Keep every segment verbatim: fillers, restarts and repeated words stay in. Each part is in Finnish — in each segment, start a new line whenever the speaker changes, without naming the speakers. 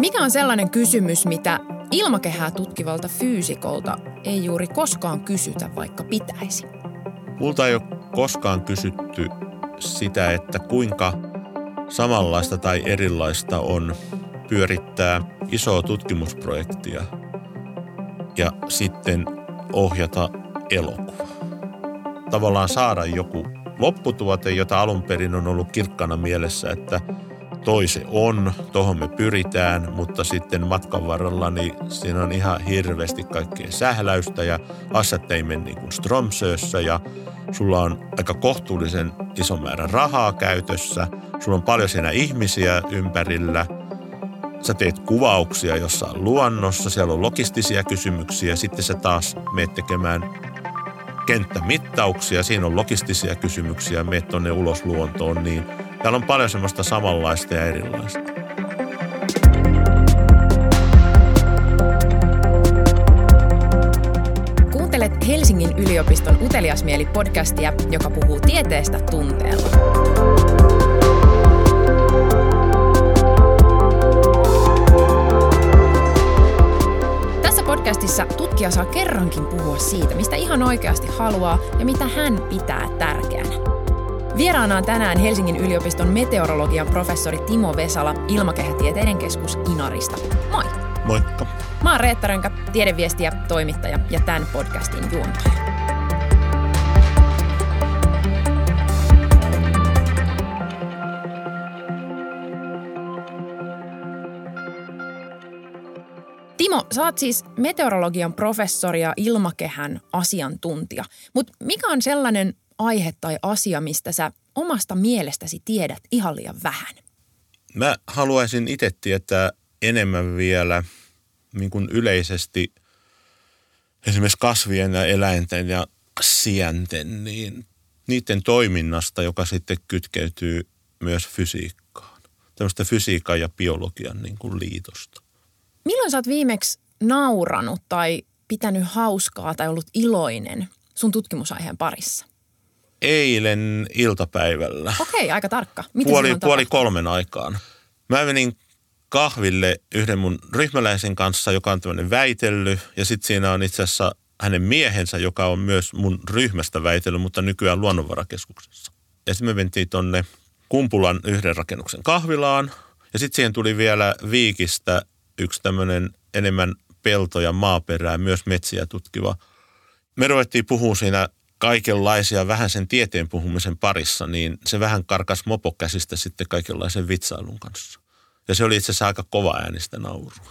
Mikä on sellainen kysymys, mitä ilmakehää tutkivalta fyysikolta ei juuri koskaan kysytä, vaikka pitäisi?
Multa ei ole koskaan kysytty sitä, että kuinka samanlaista tai erilaista on pyörittää isoa tutkimusprojektia ja sitten ohjata elokuva. Tavallaan saada joku lopputuote, jota alun perin on ollut kirkkana mielessä, että toi se on, tohon me pyritään, mutta sitten matkan varrella niin siinä on ihan hirveästi kaikkea sähläystä ja asiat ei mene niin kuin Strömsössä ja sulla on aika kohtuullisen iso määrä rahaa käytössä, sulla on paljon siinä ihmisiä ympärillä, sä teet kuvauksia jossain luonnossa, siellä on logistisia kysymyksiä, sitten sä taas meet tekemään kenttämittauksia, siinä on logistisia kysymyksiä, meet tonne ulos luontoon, niin täällä on paljon semmoista samanlaista ja erilaista.
Kuuntelet Helsingin yliopiston Uteliasmieli-podcastia, joka puhuu tieteestä tunteella. Tässä podcastissa tutkija saa kerrankin puhua siitä, mistä ihan oikeasti haluaa ja mitä hän pitää tärkeänä. Vieraana on tänään Helsingin yliopiston meteorologian professori Timo Vesala Ilmakehätieteiden keskus Inarista. Moi!
Moikka!
Mä oon Reetta Rönkä, tiedeviestiä, toimittaja ja tämän podcastin juontaja. Timo, sä oot siis meteorologian professori ja ilmakehän asiantuntija, mutta mikä on sellainen aihe tai asia, mistä sä omasta mielestäsi tiedät ihan liian vähän?
Mä haluaisin itse tietää enemmän vielä niin kuin yleisesti esimerkiksi kasvien ja eläinten ja sienten, niin niiden toiminnasta, joka sitten kytkeytyy myös fysiikkaan. Tämmöistä fysiikan ja biologian niin kuin liitosta.
Milloin sä oot viimeksi nauranut tai pitänyt hauskaa tai ollut iloinen sun tutkimusaiheen parissa?
Eilen iltapäivällä.
Okei, aika tarkka. Mitä
puoli, puoli kolmen aikaan. Mä menin kahville yhden mun ryhmäläisen kanssa, joka on tämmöinen väitelly. Ja sitten siinä on itse asiassa hänen miehensä, joka on myös mun ryhmästä väitellyt, mutta nykyään luonnonvarakeskuksessa. Ja sitten me mentiin tonne Kumpulan yhden rakennuksen kahvilaan. Ja sitten siihen tuli vielä Viikistä yksi tämmöinen enemmän pelto- ja maaperää, myös metsiä tutkiva. Me ruvettiin puhua siinä kaikenlaisia vähän sen tieteen puhumisen parissa, niin se vähän karkas mopokäsistä sitten kaikenlaisen vitsailun kanssa. Ja se oli itse asiassa aika kova äänistä naurua.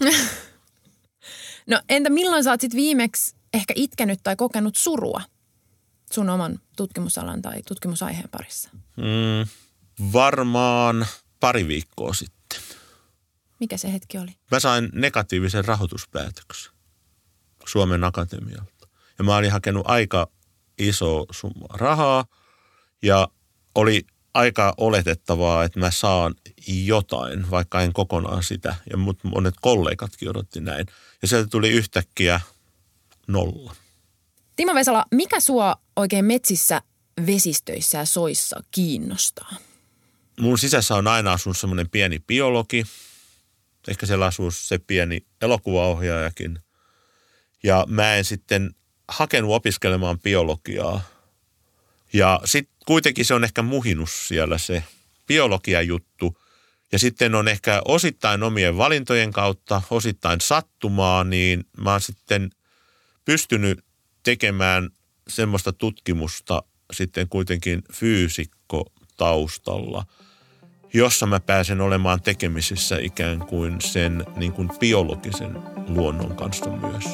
No entä milloin sä oot sit viimeksi ehkä itkenyt tai kokenut surua sun oman tutkimusalan tai tutkimusaiheen parissa?
Mm, varmaan pari viikkoa sitten.
Mikä se hetki oli?
Mä sain negatiivisen rahoituspäätöksen Suomen Akatemialta. Ja mä olin hakenut aika iso summa rahaa ja oli aika oletettavaa, että mä saan jotain, vaikka en kokonaan sitä. Ja mut monet kollegatkin odotti näin. Ja sieltä tuli yhtäkkiä nolla.
Timo Vesala, mikä sua oikein metsissä, vesistöissä ja soissa kiinnostaa?
Mun sisässä on aina asunut semmoinen pieni biologi. Ehkä siellä asuu se pieni elokuvaohjaajakin. Ja mä en sitten hakenut opiskelemaan biologiaa. Ja sitten kuitenkin se on ehkä muhinut siellä se biologian juttu. Ja sitten on ehkä osittain omien valintojen kautta, osittain sattumaa, niin mä oon sitten pystynyt tekemään semmoista tutkimusta sitten kuitenkin fyysikko taustalla, jossa mä pääsen olemaan tekemisissä ikään kuin sen niin kuin biologisen luonnon kanssa myös.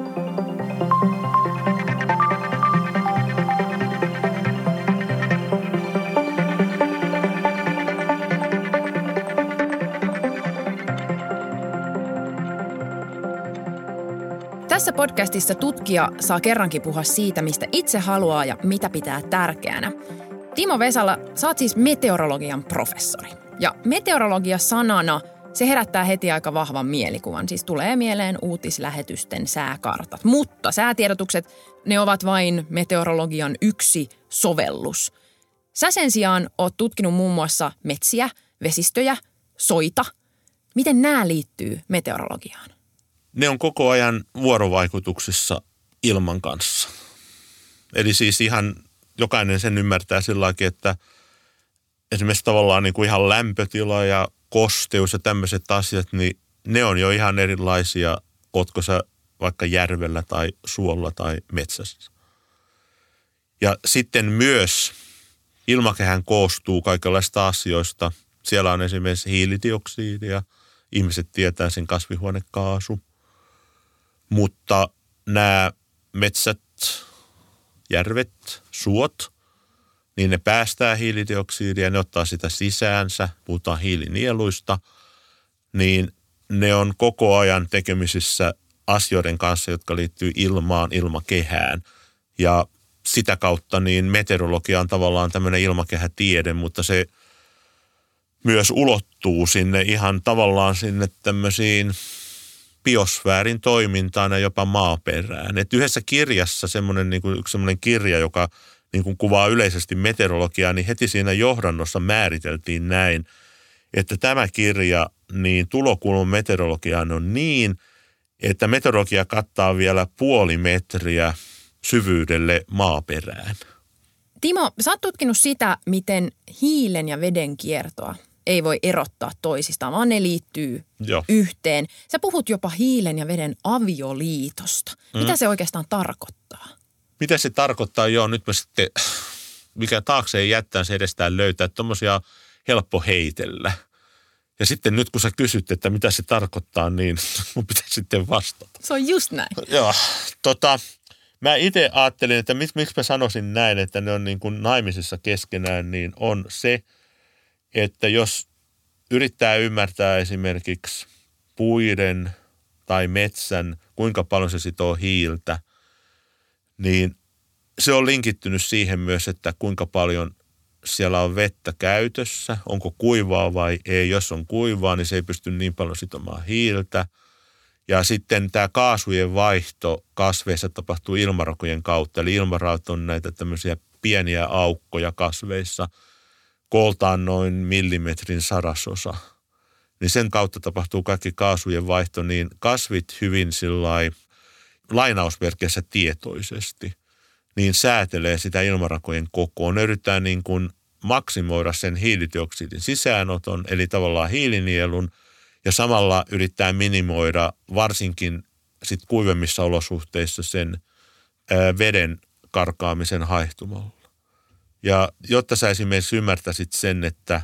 Tässä podcastissa tutkija saa kerrankin puhua siitä, mistä itse haluaa ja mitä pitää tärkeänä. Timo Vesala, sä oot siis meteorologian professori. Ja meteorologia sanana, se herättää heti aika vahvan mielikuvan. Siis tulee mieleen uutislähetysten sääkartat. Mutta säätiedotukset, ne ovat vain meteorologian yksi sovellus. Sä sen sijaan oot tutkinut muun muassa metsiä, vesistöjä, soita. Miten nämä liittyy meteorologiaan?
Ne on koko ajan vuorovaikutuksissa ilman kanssa. Eli siis ihan jokainen sen ymmärtää sillä lailla, että esimerkiksi tavallaan niin kuin ihan lämpötila ja kosteus ja tämmöiset asiat, niin ne on jo ihan erilaisia, ootko sä vaikka järvellä tai suolla tai metsässä. Ja sitten myös ilmakehän koostuu kaikenlaista asioista. Siellä on esimerkiksi hiilidioksidia, ihmiset tietää sen kasvihuonekaasu, mutta nämä metsät, järvet, suot, niin ne päästää hiilidioksidia, ne ottaa sitä sisäänsä, puhutaan hiilinieluista, niin ne on koko ajan tekemisissä asioiden kanssa, jotka liittyy ilmaan, ilmakehään. Ja sitä kautta niin meteorologia on tavallaan tämmöinen ilmakehätiede, mutta se myös ulottuu sinne ihan tavallaan sinne tämmöisiin biosfäärin toimintaan ja jopa maaperään. Et yhdessä kirjassa semmoinen, niin kuin, yksi semmoinen kirja, joka niin kuin kuvaa yleisesti meteorologiaa, niin heti siinä johdannossa määriteltiin näin, että tämä kirja, niin tulokulma meteorologiaan on niin, että meteorologia kattaa vielä puoli metriä syvyydelle maaperään.
Timo, sä oot tutkinut sitä, miten hiilen ja veden kiertoa ei voi erottaa toisistaan, vaan ne liittyy
Joo.
yhteen. Sä puhut jopa hiilen ja veden avioliitosta. Mm. Mitä se oikeastaan tarkoittaa?
Mitä se tarkoittaa? Joo, nyt mä sitten, mikä taakse ei jättää, se edestään löytää. Tommosia helppo heitellä. Ja sitten nyt kun sä kysyt, että mitä se tarkoittaa, niin mun pitää sitten vastata.
Se on just näin.
Joo, tota, mä itse ajattelin, että miksi, miksi mä sanoisin näin, että ne on niin kuin naimisissa keskenään, niin on se, että jos yrittää ymmärtää esimerkiksi puiden tai metsän, kuinka paljon se sitoo hiiltä, niin se on linkittynyt siihen myös, että kuinka paljon siellä on vettä käytössä, onko kuivaa vai ei. Jos on kuivaa, niin se ei pysty niin paljon sitomaan hiiltä. Ja sitten tämä kaasujen vaihto kasveissa tapahtuu ilmarakojen kautta. Eli ilmaraut on näitä tämmöisiä pieniä aukkoja kasveissa, kooltaan noin millimetrin sadasosa. Niin sen kautta tapahtuu kaikki kaasujen vaihto, niin kasvit hyvin sillai lainausmerkeissä tietoisesti, niin säätelee sitä ilmarakojen kokoa. Ne yrittää niin kuin maksimoida sen hiilidioksidin sisäänoton, eli tavallaan hiilinielun, ja samalla yrittää minimoida varsinkin sit kuivemmissa olosuhteissa sen ää, veden karkaamisen haihtumalla. Ja jotta sä esimerkiksi ymmärtäisit sen, että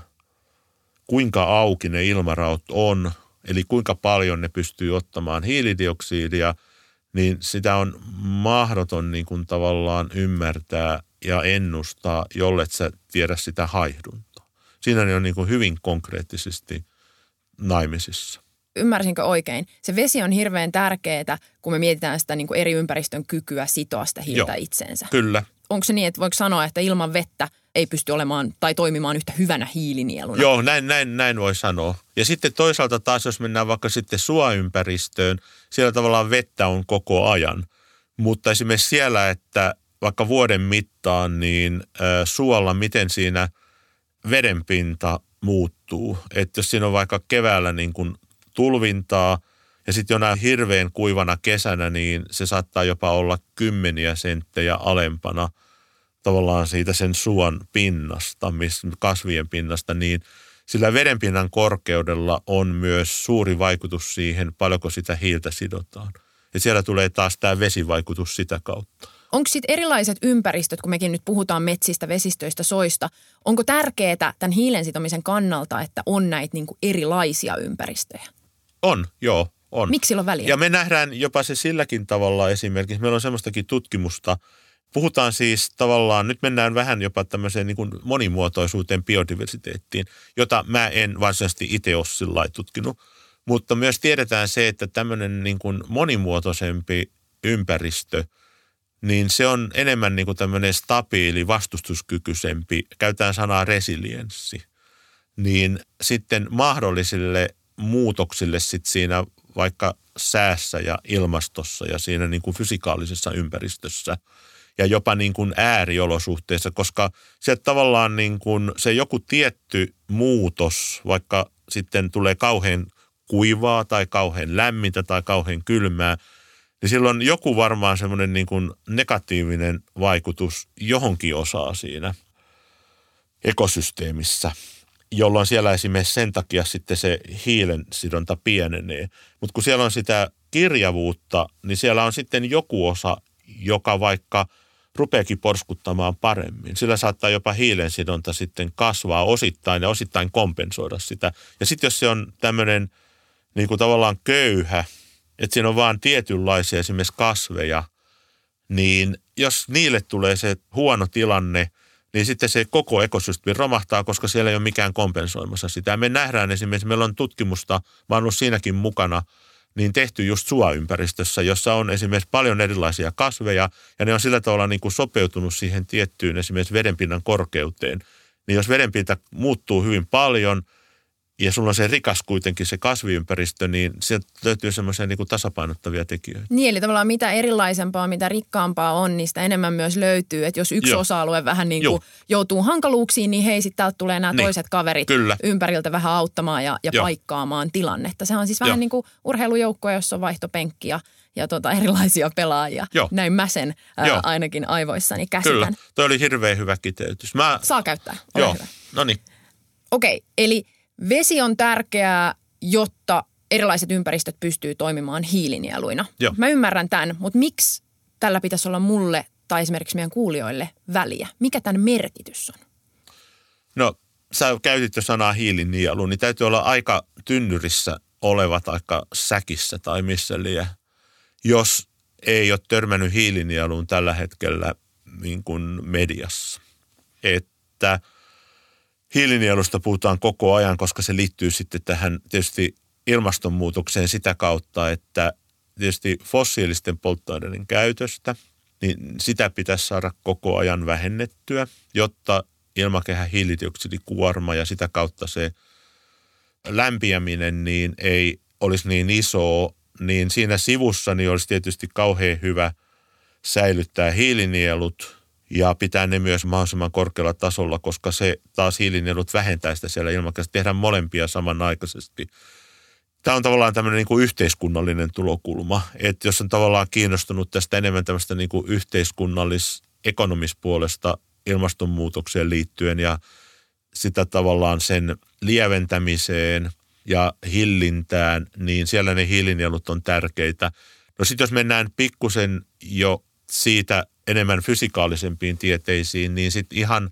kuinka auki ne ilmaraut on, eli kuinka paljon ne pystyy ottamaan hiilidioksidia, niin sitä on mahdoton niin kuin tavallaan ymmärtää ja ennustaa, jollet sä tiedä sitä haihduntaa. Siinä ne on niin kuin hyvin konkreettisesti naimisissa.
Ymmärsinkö oikein? Se vesi on hirveän tärkeää, kun me mietitään sitä niin kuin eri ympäristön kykyä sitoa sitä hiiltä
Joo,
itseensä.
Kyllä.
Onko se niin, että voiko sanoa, että ilman vettä ei pysty olemaan tai toimimaan yhtä hyvänä hiilinieluna?
Joo, näin, näin, näin voi sanoa. Ja sitten toisaalta taas, jos mennään vaikka sitten suoympäristöön, siellä tavallaan vettä on koko ajan. Mutta esimerkiksi siellä, että vaikka vuoden mittaan, niin äh, suolla miten siinä vedenpinta muuttuu. Että jos siinä on vaikka keväällä niin kuin tulvintaa ja sitten jonain hirveän kuivana kesänä, niin se saattaa jopa olla kymmeniä senttejä alempana tavallaan siitä sen suon pinnasta, kasvien pinnasta, niin sillä vedenpinnan korkeudella on myös suuri vaikutus siihen, paljonko sitä hiiltä sidotaan. Ja siellä tulee taas tämä vesivaikutus sitä kautta.
Onko sitten erilaiset ympäristöt, kun mekin nyt puhutaan metsistä, vesistöistä, soista, onko tärkeää tämän hiilen sitomisen kannalta, että on näitä niinku erilaisia ympäristöjä?
On, joo, on.
Miksi sillä on väliä?
Ja me nähdään jopa se silläkin tavalla esimerkiksi, meillä on semmoistakin tutkimusta, puhutaan siis tavallaan, nyt mennään vähän jopa tämmöiseen niin kuin monimuotoisuuteen, biodiversiteettiin, jota mä en varsinaisesti itse ole sillä lailla tutkinut. Mutta myös tiedetään se, että tämmöinen niin kuin monimuotoisempi ympäristö, niin se on enemmän niin kuin tämmöinen stabiili, vastustuskykyisempi, käytetään sanaa resilienssi, niin sitten mahdollisille muutoksille sit siinä vaikka säässä ja ilmastossa ja siinä niin kuin fysikaalisessa ympäristössä ja jopa niin kuin ääriolosuhteissa, koska se tavallaan niin kuin se joku tietty muutos, vaikka sitten tulee kauhean kuivaa tai kauhean lämmintä tai kauhean kylmää, niin silloin joku varmaan semmoinen niin kuin negatiivinen vaikutus johonkin osaa siinä ekosysteemissä, jolloin siellä esimerkiksi sen takia sitten se hiilen sidonta pienenee. Mutta kun siellä on sitä kirjavuutta, niin siellä on sitten joku osa, joka vaikka rupeakin porskuttamaan paremmin. Sillä saattaa jopa hiilen sidonta sitten kasvaa osittain ja osittain kompensoida sitä. Ja sitten jos se on tämmöinen niin kuin tavallaan köyhä, että siinä on vaan tietynlaisia esimerkiksi kasveja, niin jos niille tulee se huono tilanne, niin sitten se koko ekosysteemi romahtaa, koska siellä ei ole mikään kompensoimassa sitä. Me nähdään esimerkiksi, meillä on tutkimusta, mä oon ollut siinäkin mukana, niin tehty just suoympäristössä, jossa on esimerkiksi paljon erilaisia kasveja, ja ne on sillä tavalla niin kuin sopeutunut siihen tiettyyn esimerkiksi vedenpinnan korkeuteen. Niin jos vedenpinta muuttuu hyvin paljon, ja sulla on se rikas kuitenkin se kasviympäristö, niin sieltä löytyy semmoisia niin kuin tasapainottavia tekijöitä.
Niin, eli tavallaan mitä erilaisempaa, mitä rikkaampaa on, niin sitä enemmän myös löytyy. Että jos yksi Joo. osa-alue vähän niin kuin joutuu hankaluuksiin, niin hei, sitten täältä tulee nämä niin. toiset kaverit Kyllä. ympäriltä vähän auttamaan ja, ja paikkaamaan tilannetta. Se on siis vähän Joo. niin kuin urheilujoukkoja, jossa on vaihtopenkki ja, ja tota erilaisia pelaajia. Joo. Näin mä sen ää, ainakin aivoissani käsitän.
Kyllä, toi oli hirveän hyvä kiteytys. Mä...
Saa käyttää, ole
Joo.
hyvä.
No niin.
Okei, eli vesi on tärkeää, jotta erilaiset ympäristöt pystyy toimimaan hiilinieluina. Joo. Mä ymmärrän tämän, mutta miksi tällä pitäisi olla mulle tai esimerkiksi meidän kuulijoille väliä? Mikä tämän merkitys on?
No, sä käytit jo sanaa hiilinielu, niin täytyy olla aika tynnyrissä oleva tai säkissä tai missä liian, jos ei ole törmännyt hiilinieluun tällä hetkellä niin kuin mediassa. Että hiilinielusta puhutaan koko ajan, koska se liittyy sitten tähän tietysti ilmastonmuutokseen sitä kautta, että tietysti fossiilisten polttoaineiden käytöstä, niin sitä pitäisi saada koko ajan vähennettyä, jotta ilmakehän hiilidioksidikuorma ja sitä kautta se lämpiäminen niin ei olisi niin iso, niin siinä sivussa niin olisi tietysti kauhean hyvä säilyttää hiilinielut ja pitää ne myös mahdollisimman korkealla tasolla, koska se taas hiilinielut vähentää sitä siellä ilmakehässä. Tehdään molempia samanaikaisesti. Tämä on tavallaan tämmöinen niin kuin yhteiskunnallinen tulokulma, että jos on tavallaan kiinnostunut tästä enemmän tämmöistä niin kuin yhteiskunnallis-ekonomispuolesta ilmastonmuutokseen liittyen ja sitä tavallaan sen lieventämiseen ja hillintään, niin siellä ne hiilinielut on tärkeitä. No sitten jos mennään pikkusen jo siitä enemmän fysikaalisempiin tieteisiin, niin sitten ihan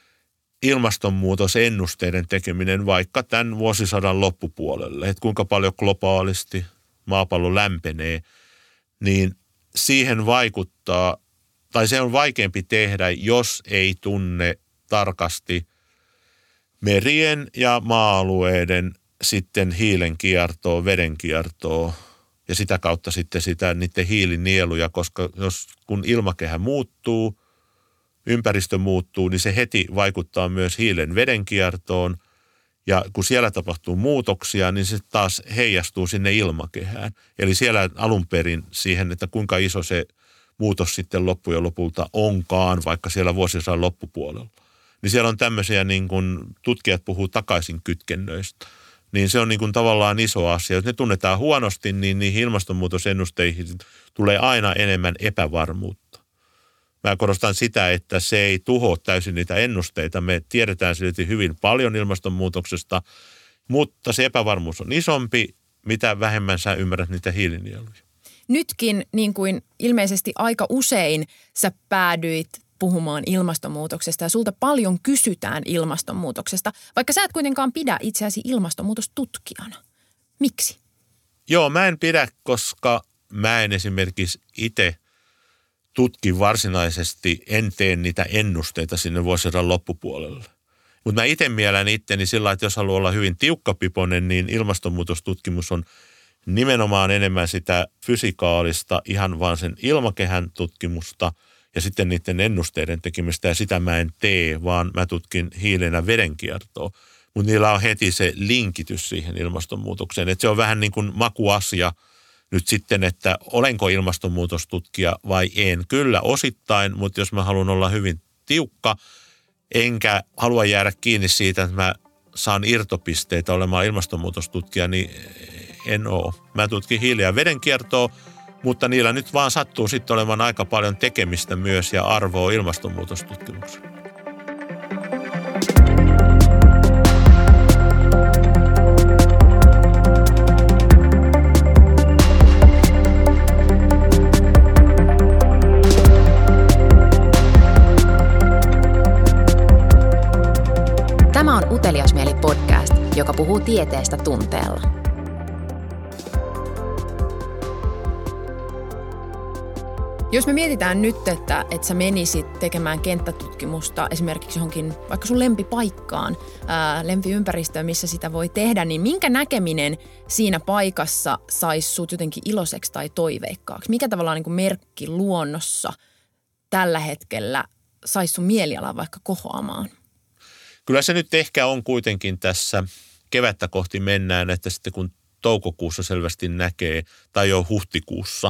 ilmastonmuutosennusteiden tekeminen vaikka tämän vuosisadan loppupuolelle, että kuinka paljon globaalisti maapallo lämpenee, niin siihen vaikuttaa, tai se on vaikeampi tehdä, jos ei tunne tarkasti merien ja maa-alueiden sitten hiilen kiertoa, veden kiertoa ja sitä kautta sitten sitä niiden hiilinieluja, koska jos kun ilmakehä muuttuu, ympäristö muuttuu, niin se heti vaikuttaa myös hiilen vedenkiertoon. Ja kun siellä tapahtuu muutoksia, niin se taas heijastuu sinne ilmakehään. Eli siellä alun perin siihen, että kuinka iso se muutos sitten loppujen lopulta onkaan, vaikka siellä vuosisadan loppupuolella. Niin siellä on tämmöisiä, niin kuin tutkijat puhuu takaisin kytkennöistä. Niin se on niin kuin tavallaan iso asia. Jos ne tunnetaan huonosti, niin niihin ilmastonmuutosennusteihin tulee aina enemmän epävarmuutta. Mä korostan sitä, että se ei tuhoa täysin niitä ennusteita. Me tiedetään silti hyvin paljon ilmastonmuutoksesta, mutta se epävarmuus on isompi, mitä vähemmän sä ymmärrät niitä hiilinieluja.
Nytkin niin kuin ilmeisesti aika usein sä päädyit puhumaan ilmastonmuutoksesta ja sulta paljon kysytään ilmastonmuutoksesta, vaikka sä et kuitenkaan pidä itseäsi ilmastonmuutostutkijana. Miksi?
Joo, mä en pidä, koska mä en esimerkiksi itse tutki varsinaisesti, en tee niitä ennusteita sinne vuosisadan loppupuolelle. Mutta mä itse miellän itteni sillä, että jos haluaa olla hyvin tiukkapipoinen, niin ilmastonmuutostutkimus on nimenomaan enemmän sitä fysikaalista, ihan vaan sen ilmakehän tutkimusta ja sitten niiden ennusteiden tekemistä. Ja sitä mä en tee, vaan mä tutkin hiilen ja vedenkiertoa. Mutta niillä on heti se linkitys siihen ilmastonmuutokseen. Että se on vähän niin kuin makuasia nyt sitten, että olenko ilmastonmuutostutkija vai en. Kyllä osittain, mutta jos mä haluan olla hyvin tiukka, enkä halua jäädä kiinni siitä, että mä saan irtopisteitä olemaan ilmastonmuutostutkija, niin en ole. Mä tutkin hiili- ja vedenkiertoa, mutta niillä nyt vaan sattuu sitten olemaan aika paljon tekemistä myös ja arvoa ilmastonmuutostutkimuksella.
Tämä on Utelias mieli podcast, joka puhuu tieteestä tunteella. Jos me mietitään nyt, että, että sä menisit tekemään kenttätutkimusta esimerkiksi johonkin vaikka sun lempipaikkaan, ää, lempiympäristöön, missä sitä voi tehdä, niin minkä näkeminen siinä paikassa saisi sut jotenkin iloiseksi tai toiveikkaaksi? Mikä tavallaan niin kuin merkki luonnossa tällä hetkellä saisi sun mielialan vaikka kohoamaan?
Kyllä se nyt ehkä on kuitenkin tässä kevättä kohti mennään, että sitten kun toukokuussa selvästi näkee, tai jo huhtikuussa,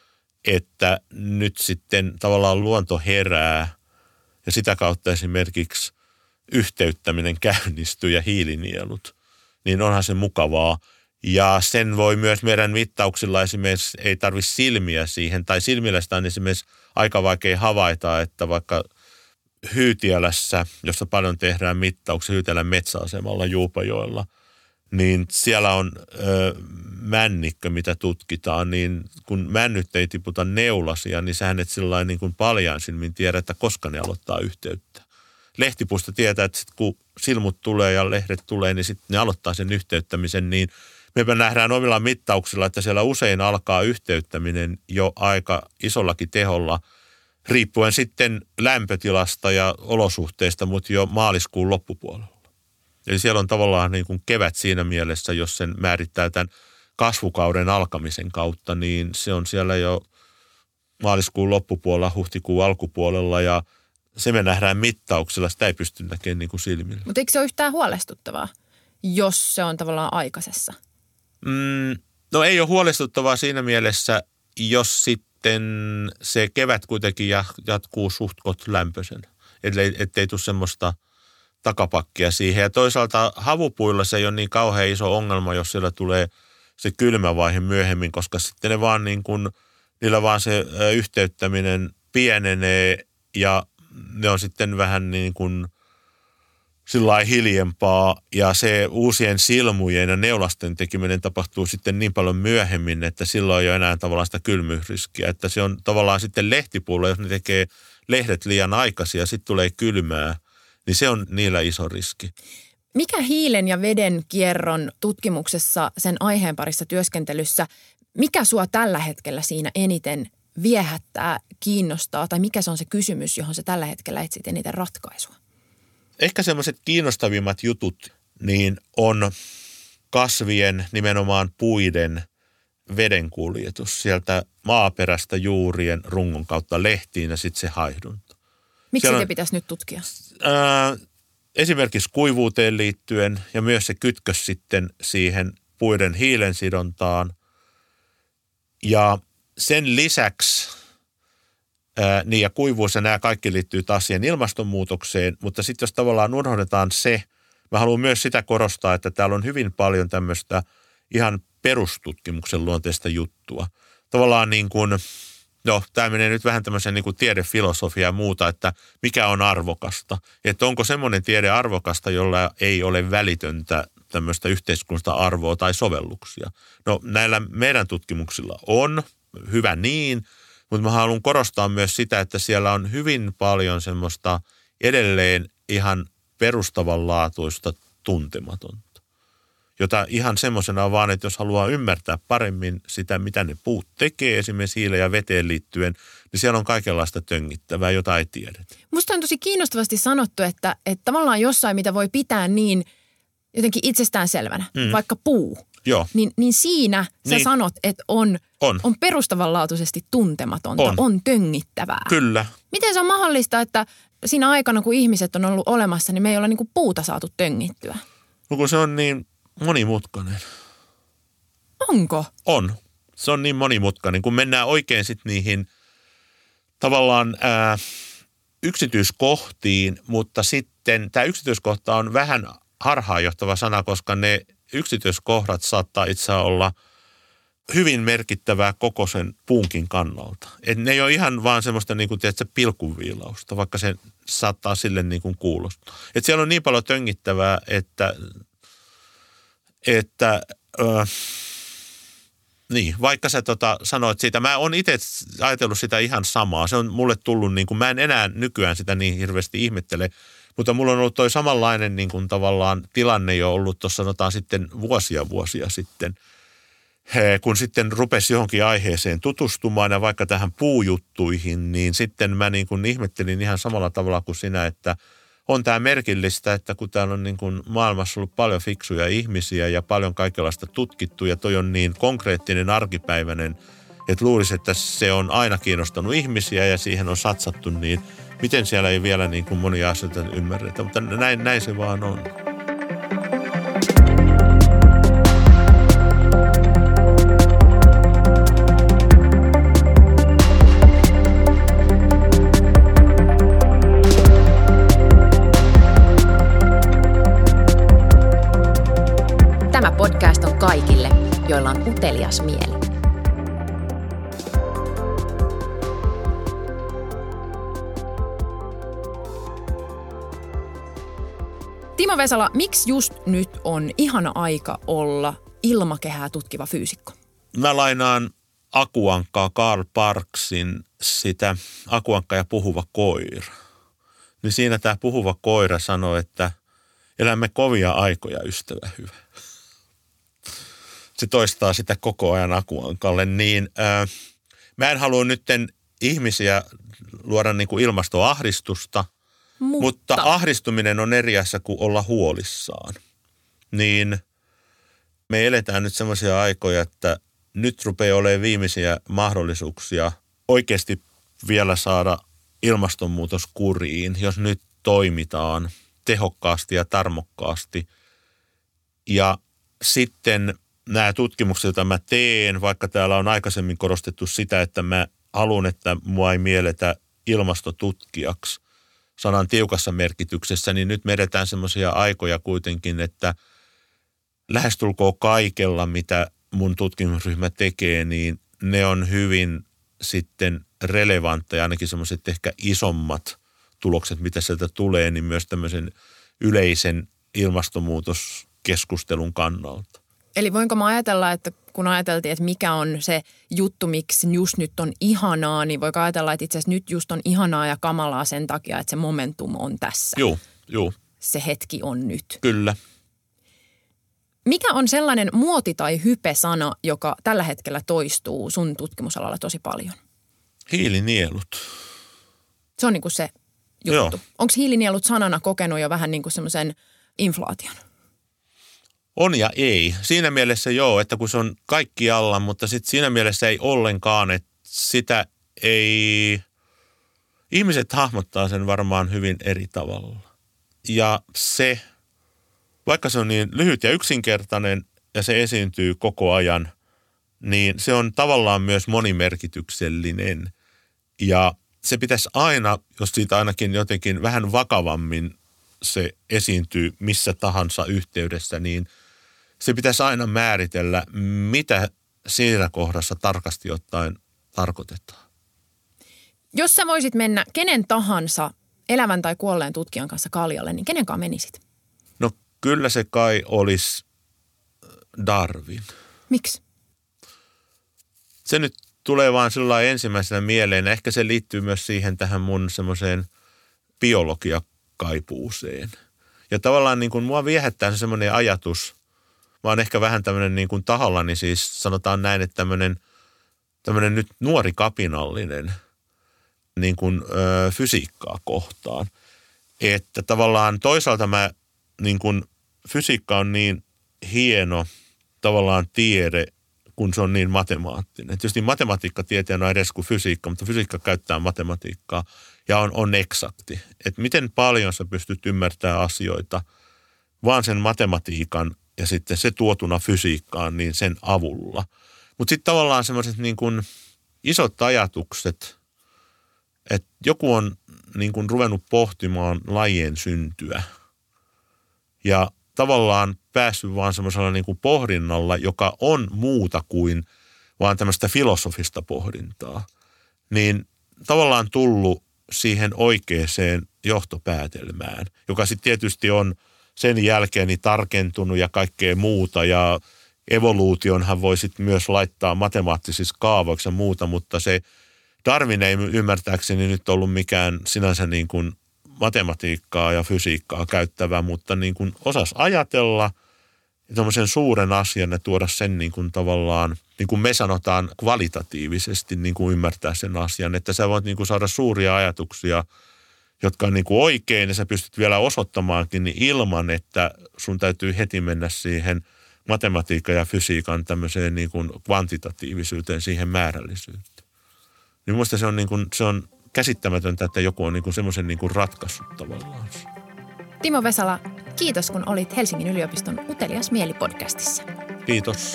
että nyt sitten tavallaan luonto herää ja sitä kautta esimerkiksi yhteyttäminen käynnistyy ja hiilinielut, niin onhan se mukavaa. Ja sen voi myös meidän mittauksilla esimerkiksi, ei tarvitse silmiä siihen, tai silmillä sitä on esimerkiksi aika vaikea havaita, että vaikka Hyytiälässä, jossa paljon tehdään mittauksia, Hyytiälän metsäasemalla Juupajoella, niin siellä on ö, männikkö, mitä tutkitaan, niin kun männyt ei tiputa neulasia, niin sähän et sillain niin kuin paljain silmin tiedä, että koska ne aloittaa yhteyttä. Lehtipuusta tietää, että sit kun silmut tulee ja lehdet tulee, niin sitten ne aloittaa sen yhteyttämisen, niin me nähdään omilla mittauksilla, että siellä usein alkaa yhteyttäminen jo aika isollakin teholla, riippuen sitten lämpötilasta ja olosuhteista, mutta jo maaliskuun loppupuolella. Eli siellä on tavallaan niin kuin kevät siinä mielessä, jos sen määrittää tämän kasvukauden alkamisen kautta, niin se on siellä jo maaliskuun loppupuolella, huhtikuun alkupuolella ja se me nähdään mittauksella, sitä ei pysty näkemään niin kuin silmillä.
Mutta eikö se ole yhtään huolestuttavaa, jos se on tavallaan aikaisessa?
Mm, no ei ole huolestuttavaa siinä mielessä, jos sitten se kevät kuitenkin jatkuu suhtkot lämpöisen, ettei, ettei tule semmoista takapakkia siihen. Ja toisaalta havupuilla se ei ole niin kauhean iso ongelma, jos siellä tulee se kylmä vaihe myöhemmin, koska sitten ne vaan niin kuin, niillä vaan se yhteyttäminen pienenee ja ne on sitten vähän niin kuin sillain hiljempaa ja se uusien silmujen ja neulasten tekeminen tapahtuu sitten niin paljon myöhemmin, että silloin ei ole enää tavallaan sitä kylmyysriskiä. Että se on tavallaan sitten lehtipuulla, jos ne tekee lehdet liian aikaisin ja sitten tulee kylmää, niin se on niillä iso riski.
Mikä hiilen ja veden kierron tutkimuksessa, sen aiheen parissa työskentelyssä, mikä sua tällä hetkellä siinä eniten viehättää, kiinnostaa tai mikä se on se kysymys, johon sä tällä hetkellä etsit eniten ratkaisua?
Ehkä semmoiset kiinnostavimmat jutut niin on kasvien, nimenomaan puiden vedenkuljetus sieltä maaperästä juurien rungon kautta lehtiin ja sitten se haihdunta.
Miksi sitä pitäisi nyt tutkia?
Ää, esimerkiksi kuivuuteen liittyen ja myös se kytkös sitten siihen puiden hiilensidontaan. Ja sen lisäksi Ää, niin ja kuivuus ja nämä kaikki liittyy taas siihen ilmastonmuutokseen, mutta sitten jos tavallaan unohdetaan se, mä haluan myös sitä korostaa, että täällä on hyvin paljon tämmöistä ihan perustutkimuksen luonteista juttua. Tavallaan niin kuin, no tämä menee nyt vähän tämmöisen niin kuin tiedefilosofia ja muuta, että mikä on arvokasta. Että onko semmoinen tiede arvokasta, jolla ei ole välitöntä tämmöistä yhteiskunnallista arvoa tai sovelluksia. No näillä meidän tutkimuksilla on, hyvä niin. Mutta mä haluan korostaa myös sitä, että siellä on hyvin paljon semmoista edelleen ihan perustavanlaatuista tuntematonta, jota ihan semmoisena vaan, että jos haluaa ymmärtää paremmin sitä, mitä ne puut tekee, esimerkiksi hiileen ja veteen liittyen, niin siellä on kaikenlaista töngittävää, jota ei tiedetä.
Musta on tosi kiinnostavasti sanottu, että, että tavallaan jossain, mitä voi pitää niin jotenkin itsestäänselvänä, mm. vaikka puu,
Joo.
Niin, niin siinä sä niin. sanot, että on,
on.
on perustavanlaatuisesti tuntematonta,
on.
on töngittävää.
Kyllä.
Miten se on mahdollista, että siinä aikana, kun ihmiset on ollut olemassa, niin me ei ole niin kuin puuta saatu töngittyä?
No kun se on niin monimutkainen.
Onko?
On. Se on niin monimutkainen. Kun mennään oikein sitten niihin tavallaan ää, yksityiskohtiin, mutta sitten tämä yksityiskohta on vähän harhaanjohtava sana, koska ne yksityiskohdat saattaa itse olla hyvin merkittävää koko sen puunkin kannalta. Et ne ei ole ihan vaan semmoista niin kuin, tiedätkö, pilkunviilausta, vaikka se saattaa sille niin kuin kuulostaa. Et siellä on niin paljon töngittävää, että, että äh, niin, vaikka sä tota, sanoit siitä, mä oon itse ajatellut sitä ihan samaa. Se on mulle tullut, niin kuin, mä en enää nykyään sitä niin hirveästi ihmettele, mutta mulla on ollut toi samanlainen niin kuin, tavallaan tilanne jo ollut tuossa sanotaan sitten vuosia vuosia sitten, he, kun sitten rupesi johonkin aiheeseen tutustumaan ja vaikka tähän puujuttuihin, niin sitten mä niin kuin ihmettelin ihan samalla tavalla kuin sinä, että on tämä merkillistä, että kun täällä on niin kuin maailmassa ollut paljon fiksuja ihmisiä ja paljon kaikenlaista tutkittu ja toi on niin konkreettinen arkipäiväinen, että luulisi, että se on aina kiinnostanut ihmisiä ja siihen on satsattu, niin miten siellä ei vielä niin kuin monia asioita ymmärretä, mutta näin, näin se vaan on.
Tämä podcast on kaikille, joilla on utelias mieli. Timo Vesala, miksi just nyt on ihana aika olla ilmakehää tutkiva fyysikko?
Mä lainaan Akuankkaa, Karl Parksin sitä Akuankka ja puhuva koira. Niin siinä tämä puhuva koira sanoi, että elämme kovia aikoja, ystävä hyvä. Se toistaa sitä koko ajan Akuankalle, niin ää, mä en halua nytten ihmisiä luoda niin kuin ilmastoahdistusta, mutta. mutta ahdistuminen on eri asia kuin olla huolissaan. Niin me eletään nyt semmoisia aikoja, että nyt rupeaa olemaan viimeisiä mahdollisuuksia oikeasti vielä saada ilmastonmuutos kuriin, jos nyt toimitaan tehokkaasti ja tarmokkaasti. Ja sitten nämä tutkimukset, joita mä teen, vaikka täällä on aikaisemmin korostettu sitä, että mä haluan, että mua ei mieletä ilmastotutkijaksi sanan tiukassa merkityksessä, niin nyt me edetään semmoisia aikoja kuitenkin, että lähestulkoon kaikella, mitä mun tutkimusryhmä tekee, niin ne on hyvin sitten relevantteja, ainakin semmoiset ehkä isommat tulokset, mitä sieltä tulee, niin myös tämmöisen yleisen ilmastonmuutoskeskustelun kannalta.
Eli voinko mä ajatella, että kun ajateltiin, että mikä on se juttu, miksi just nyt on ihanaa, niin voiko ajatella, että itse asiassa nyt just on ihanaa ja kamalaa sen takia, että se momentum on tässä.
Joo, joo.
Se hetki on nyt.
Kyllä.
Mikä on sellainen muoti- tai hype-sana, joka tällä hetkellä toistuu sun tutkimusalalla tosi paljon?
Hiilinielut.
Se on niin kuin se juttu. Onko hiilinielut sanana kokenut jo vähän niin kuin semmoisen inflaation?
On ja ei. Siinä mielessä joo, että kun se on kaikkialla, mutta sitten siinä mielessä ei ollenkaan, että sitä ei, ihmiset hahmottaa sen varmaan hyvin eri tavalla. Ja se, vaikka se on niin lyhyt ja yksinkertainen ja se esiintyy koko ajan, niin se on tavallaan myös monimerkityksellinen. Ja se pitäisi aina, jos siitä ainakin jotenkin vähän vakavammin se esiintyy missä tahansa yhteydessä, niin se pitäisi aina määritellä, mitä siinä kohdassa tarkasti ottaen tarkoitetaan.
Jos sä voisit mennä kenen tahansa elävän tai kuolleen tutkijan kanssa kaljalle, niin kenen kanssa menisit?
No kyllä se kai olisi Darwin.
Miksi?
Se nyt tulee vaan sillä ensimmäisenä mieleen. Ehkä se liittyy myös siihen tähän mun semmoiseen biologiakaipuuseen. Ja tavallaan niin kuin mua viehättää se semmoinen ajatus. Mä oon ehkä vähän tämmöinen niin kuin tahollani siis sanotaan näin, että tämmöinen, tämmöinen nyt nuori kapinallinen niin kuin ö, fysiikkaa kohtaan. Että tavallaan toisaalta mä niin kuin fysiikka on niin hieno tavallaan tiede, kun se on niin matemaattinen. Tietysti matematiikka tieteenä on edes kuin fysiikka, mutta fysiikka käyttää matematiikkaa ja on, on eksakti. Että miten paljon sä pystyt ymmärtämään asioita vaan sen matematiikan ja sitten se tuotuna fysiikkaan niin sen avulla. Mutta sitten tavallaan semmoiset niin kuin isot ajatukset, että joku on niin kuin ruvennut pohtimaan lajien syntyä ja tavallaan päässyt vaan semmoisella niin kuin pohdinnalla, joka on muuta kuin vaan tämmöistä filosofista pohdintaa, niin tavallaan tullut siihen oikeaan johtopäätelmään, joka sitten tietysti on sen jälkeen niin tarkentunut ja kaikkea muuta ja evoluutionhan voi sitten myös laittaa matemaattisissa kaavoiksi ja muuta, mutta se Darwin ei ymmärtääkseni nyt ollut mikään sinänsä niin kuin matematiikkaa ja fysiikkaa käyttävä, mutta niin kuin osasi ajatella tämmöisen suuren asian ja tuoda sen niin kuin tavallaan, niin kuin me sanotaan kvalitatiivisesti niin kuin ymmärtää sen asian, että sä voit niin kuin saada suuria ajatuksia, jotka on niin kuin oikein ja sä pystyt vielä osoittamaankin niin ilman, että sun täytyy heti mennä siihen matematiikan ja fysiikan tämmöiseen niin kuin kvantitatiivisuuteen, siihen määrällisyyteen. Niin musta se on, niin kuin, se on käsittämätöntä, että joku on niin kuin semmoisen niin kuin ratkaissut tavallaan.
Timo Vesala, kiitos kun olit Helsingin yliopiston Utelias mieli -podcastissa.
Kiitos.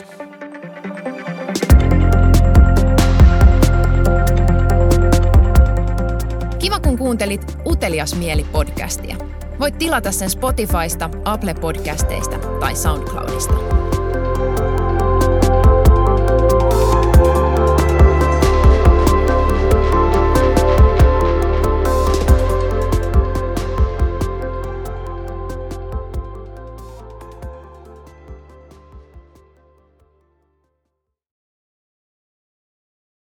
Kiva kun kuuntelit Utelias mieli -podcastia. Voit tilata sen Spotifysta, Apple Podcasteista tai SoundCloudista.